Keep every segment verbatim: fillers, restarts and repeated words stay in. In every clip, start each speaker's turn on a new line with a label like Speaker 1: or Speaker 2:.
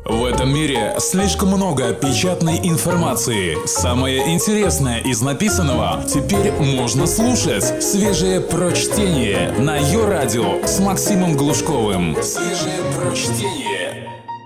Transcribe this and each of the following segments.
Speaker 1: В этом мире слишком много печатной информации. Самое интересное из написанного теперь можно слушать. Свежее прочтение на Ё-радио с Максимом Глушковым. Свежее прочтение.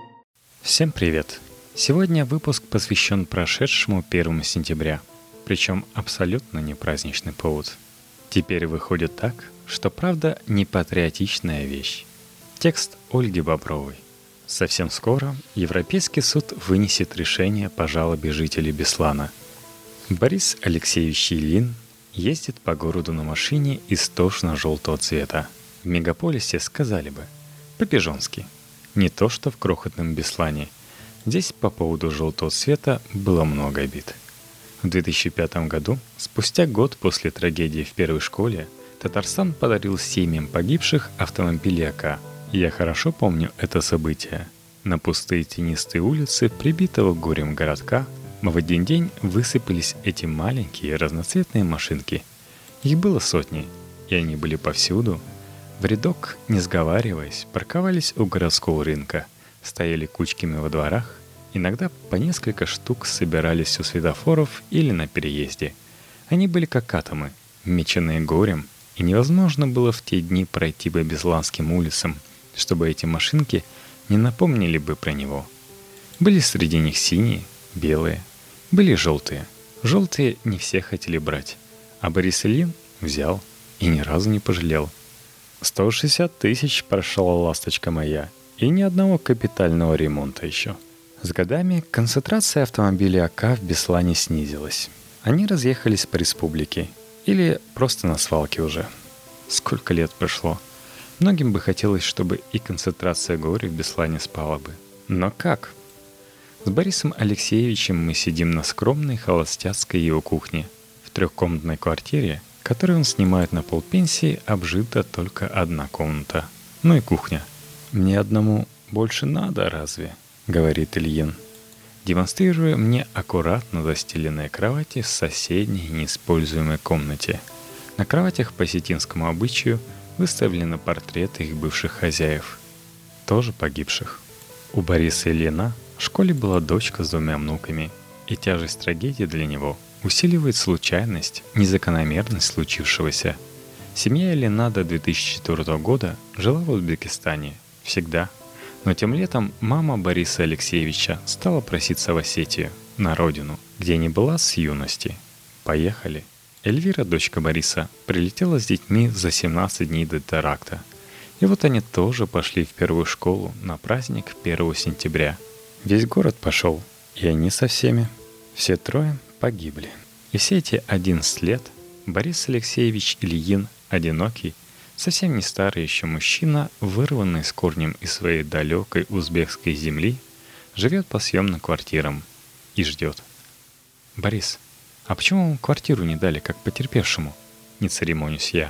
Speaker 2: Всем привет! Сегодня выпуск посвящен прошедшему первому сентября. Причем абсолютно не праздничный повод. Теперь выходит так, что правда не патриотичная вещь. Текст Ольги Бобровой. Совсем скоро Европейский суд вынесет решение по жалобе жителей Беслана. Борис Алексеевич Ильин ездит по городу на машине истошно-желтого цвета. В мегаполисе сказали бы по-пижонски. Не то что в крохотном Беслане. Здесь по поводу желтого цвета было много обид. В две тысячи пятом году, спустя год после трагедии в первой школе, Татарстан подарил семьям погибших автомобили АК. Я хорошо помню это событие. На пустые тенистые улицы прибитого горем городка в один день высыпались эти маленькие разноцветные машинки. Их было сотни, и они были повсюду. В рядок, не сговариваясь, парковались у городского рынка, стояли кучками во дворах, иногда по несколько штук собирались у светофоров или на переезде. Они были как атомы, меченные горем, и невозможно было в те дни пройти по Бесланским улицам, чтобы эти машинки не напомнили бы про него. Были среди них синие, белые, были желтые. Желтые не все хотели брать, а Борис Ильин взял и ни разу не пожалел. сто шестьдесят тысяч прошла ласточка моя, и ни одного капитального ремонта еще. С годами концентрация автомобилей АК в Беслане снизилась. Они разъехались по республике или просто на свалке уже. Сколько лет прошло. Многим бы хотелось, чтобы и концентрация горя в Беслане спала бы. Но как? С Борисом Алексеевичем мы сидим на скромной холостяцкой его кухне. В трехкомнатной квартире, которую он снимает на полпенсии, обжита только одна комната. Ну и кухня. «Мне одному больше надо, разве?» — говорит Ильин, демонстрируя мне аккуратно застеленные кровати в соседней неиспользуемой комнате. На кроватях по осетинскому обычаю выставлены портреты их бывших хозяев, тоже погибших. У Бориса Ильина в школе была дочка с двумя внуками, и тяжесть трагедии для него усиливает случайность, незакономерность случившегося. Семья Ильина до две тысячи четвёртого года жила в Узбекистане, всегда. Но тем летом мама Бориса Алексеевича стала проситься в Осетию, на родину, где не была с юности. Поехали. Эльвира, дочка Бориса, прилетела с детьми за семнадцать дней до теракта. И вот они тоже пошли в первую школу на праздник первого сентября. Весь город пошел, и они со всеми. Все трое погибли. И все эти одиннадцать лет Борис Алексеевич Ильин, одинокий, совсем не старый еще мужчина, вырванный с корнем из своей далекой узбекской земли, живет по съемным квартирам и ждет. «Борис, а почему вам квартиру не дали, как потерпевшему?» Не церемонюсь я.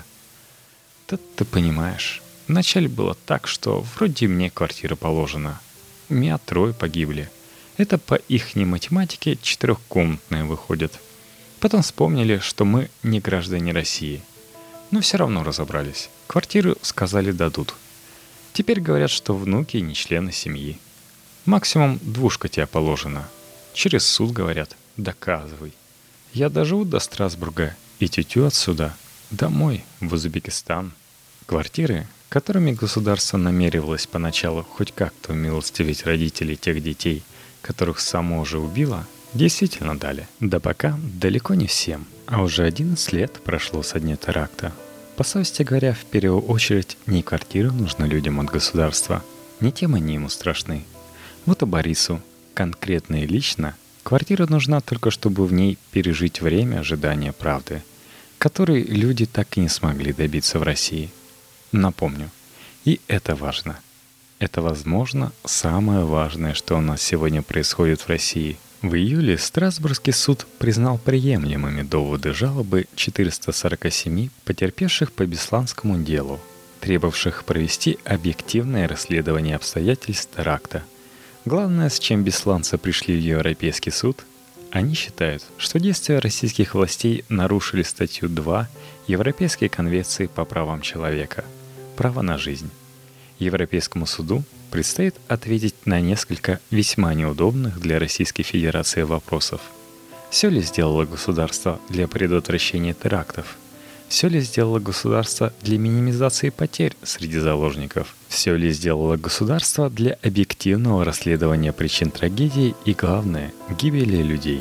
Speaker 2: «Да ты понимаешь, вначале было так, что вроде мне квартира положена. У меня трое погибли. Это по ихней математике четырехкомнатная выходит. Потом вспомнили, что мы не граждане России. Но все равно разобрались. Квартиру, сказали, дадут. Теперь говорят, что внуки не члены семьи. Максимум двушка тебе положена. Через суд, говорят, доказывай. Я доживу до Страсбурга и тютю отсюда, домой, в Узбекистан. Квартиры, которыми государство намеревалось поначалу хоть как-то умилостивить родителей тех детей, которых само же убило, действительно дали. Да пока далеко не всем. А уже одиннадцать лет прошло со дня теракта. По совести говоря, в первую очередь, не квартиры нужны людям от государства. Не тем они ему страшны. Вот и Борису, конкретно и лично, квартира нужна только, чтобы в ней пережить время ожидания правды, которой люди так и не смогли добиться в России. Напомню, и это важно. Это, возможно, самое важное, что у нас сегодня происходит в России. В июле Страсбургский суд признал приемлемыми доводы жалобы четырёхсот сорока семи потерпевших по Бесланскому делу, требовавших провести объективное расследование обстоятельств теракта. Главное, с чем бесланцы пришли в Европейский суд, они считают, что действия российских властей нарушили статью два Европейской конвенции по правам человека – право на жизнь. Европейскому суду предстоит ответить на несколько весьма неудобных для Российской Федерации вопросов. Все ли сделало государство для предотвращения терактов? Все ли сделало государство для минимизации потерь среди заложников? Все ли сделало государство для объективного расследования причин трагедии и, главное, гибели людей?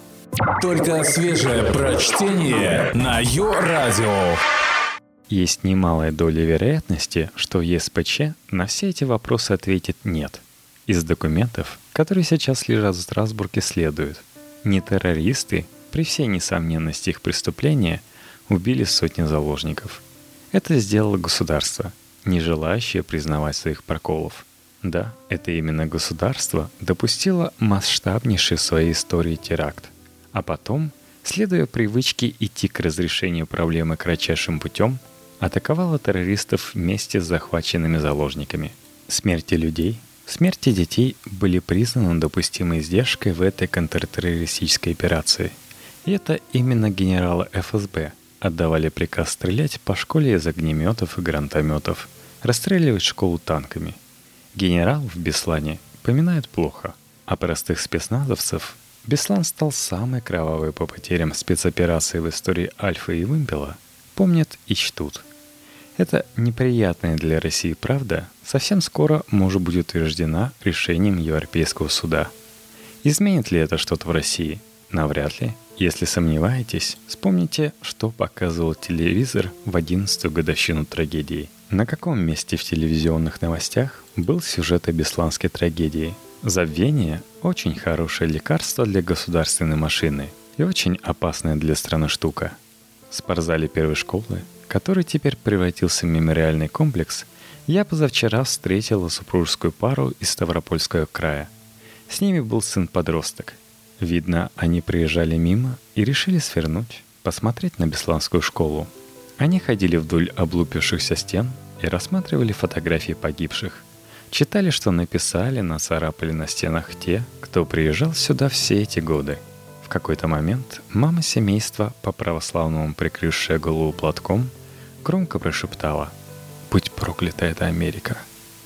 Speaker 1: Только свежее прочтение на Йо-Радио.
Speaker 2: Есть немалая доля вероятности, что ЕСПЧ на все эти вопросы ответит «нет». Из документов, которые сейчас лежат в Страсбурге, следует: не террористы, при всей несомненности их преступления, убили сотни заложников. Это сделало государство, не желающее признавать своих проколов. Да, это именно государство допустило масштабнейший в своей истории теракт. А потом, следуя привычке идти к разрешению проблемы кратчайшим путем, атаковала террористов вместе с захваченными заложниками. Смерти людей, смерти детей были признаны допустимой издержкой в этой контртеррористической операции. И это именно генералы эф эс бэ отдавали приказ стрелять по школе из огнеметов и гранатометов, расстреливать школу танками. Генерал в Беслане поминают плохо, а простых спецназовцев Беслан стал самой кровавой по потерям спецоперации в истории Альфа и Вымпела, помнят и чтут. Эта неприятная для России правда совсем скоро может быть утверждена решением Европейского суда. Изменит ли это что-то в России? Навряд ли. Если сомневаетесь, вспомните, что показывал телевизор в одиннадцатую годовщину трагедии. На каком месте в телевизионных новостях был сюжет о бесланской трагедии? Забвение – очень хорошее лекарство для государственной машины и очень опасная для страны штука. В спортзале первой школы, который теперь превратился в мемориальный комплекс, я позавчера встретила супружескую пару из Ставропольского края. С ними был сын-подросток. Видно, они приезжали мимо и решили свернуть, посмотреть на Бесланскую школу. Они ходили вдоль облупившихся стен и рассматривали фотографии погибших. Читали, что написали, нацарапали на стенах те, кто приезжал сюда все эти годы. В какой-то момент мама семейства, по-православному прикрывшая голову платком, громко прошептала: «Будь проклята эта Америка».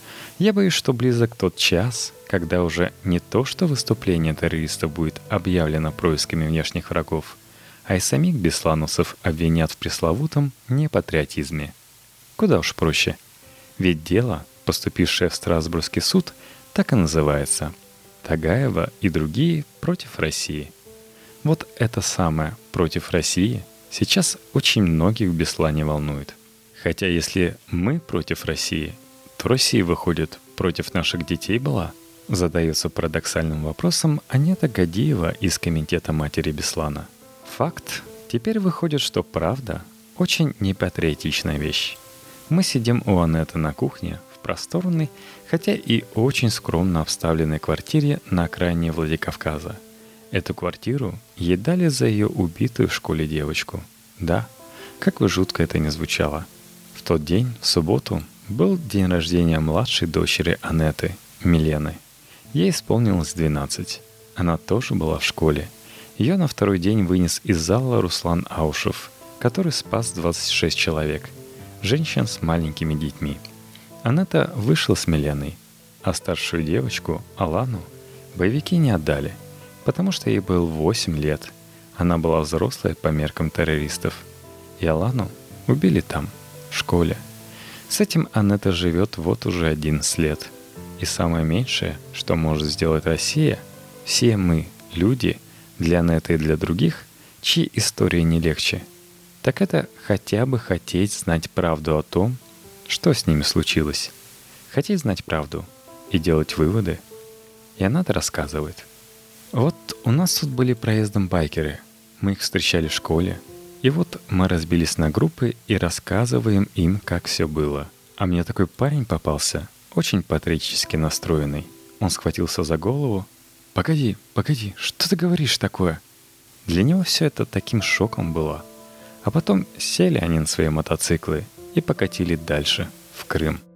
Speaker 2: Я боюсь, что близок тот час, когда уже не то, что выступление террористов будет объявлено происками внешних врагов, а и самих беслановцев обвинят в пресловутом непатриотизме. Куда уж проще. Ведь дело, поступившее в Страсбургский суд, так и называется: Тагаева и другие против России. Вот это самое «против России» сейчас очень многих в Беслане волнует. Хотя если мы против России, то Россия, выходит, против наших детей была? Задается парадоксальным вопросом Анета Гадиева из комитета матери Беслана. Факт. Теперь выходит, что правда – очень непатриотичная вещь. Мы сидим у Анеты на кухне в просторной, хотя и очень скромно обставленной квартире на окраине Владикавказа. Эту квартиру ей дали за ее убитую в школе девочку. Да, как бы жутко это ни звучало. В тот день, в субботу, был день рождения младшей дочери Анеты, Милены. Ей исполнилось двенадцать. Она тоже была в школе. Ее на второй день вынес из зала Руслан Аушев, который спас двадцать шесть человек, женщин с маленькими детьми. Анета вышла с Миленой, а старшую девочку, Алану, боевики не отдали, потому что ей было восемь лет. Она была взрослая по меркам террористов. И Алану убили там, в школе. С этим Анета живет вот уже одиннадцать лет. И самое меньшее, что может сделать Россия, все мы, люди, для Анеты и для других, чьи истории не легче, так это хотя бы хотеть знать правду о том, что с ними случилось. Хотеть знать правду и делать выводы. И Анета рассказывает. Вот у нас тут были проездом байкеры. Мы их встречали в школе. И вот мы разбились на группы и рассказываем им, как все было. А мне такой парень попался, очень патриотически настроенный. Он схватился за голову. «Погоди, погоди, что ты говоришь такое?» Для него все это таким шоком было. А потом сели они на свои мотоциклы и покатили дальше, в Крым.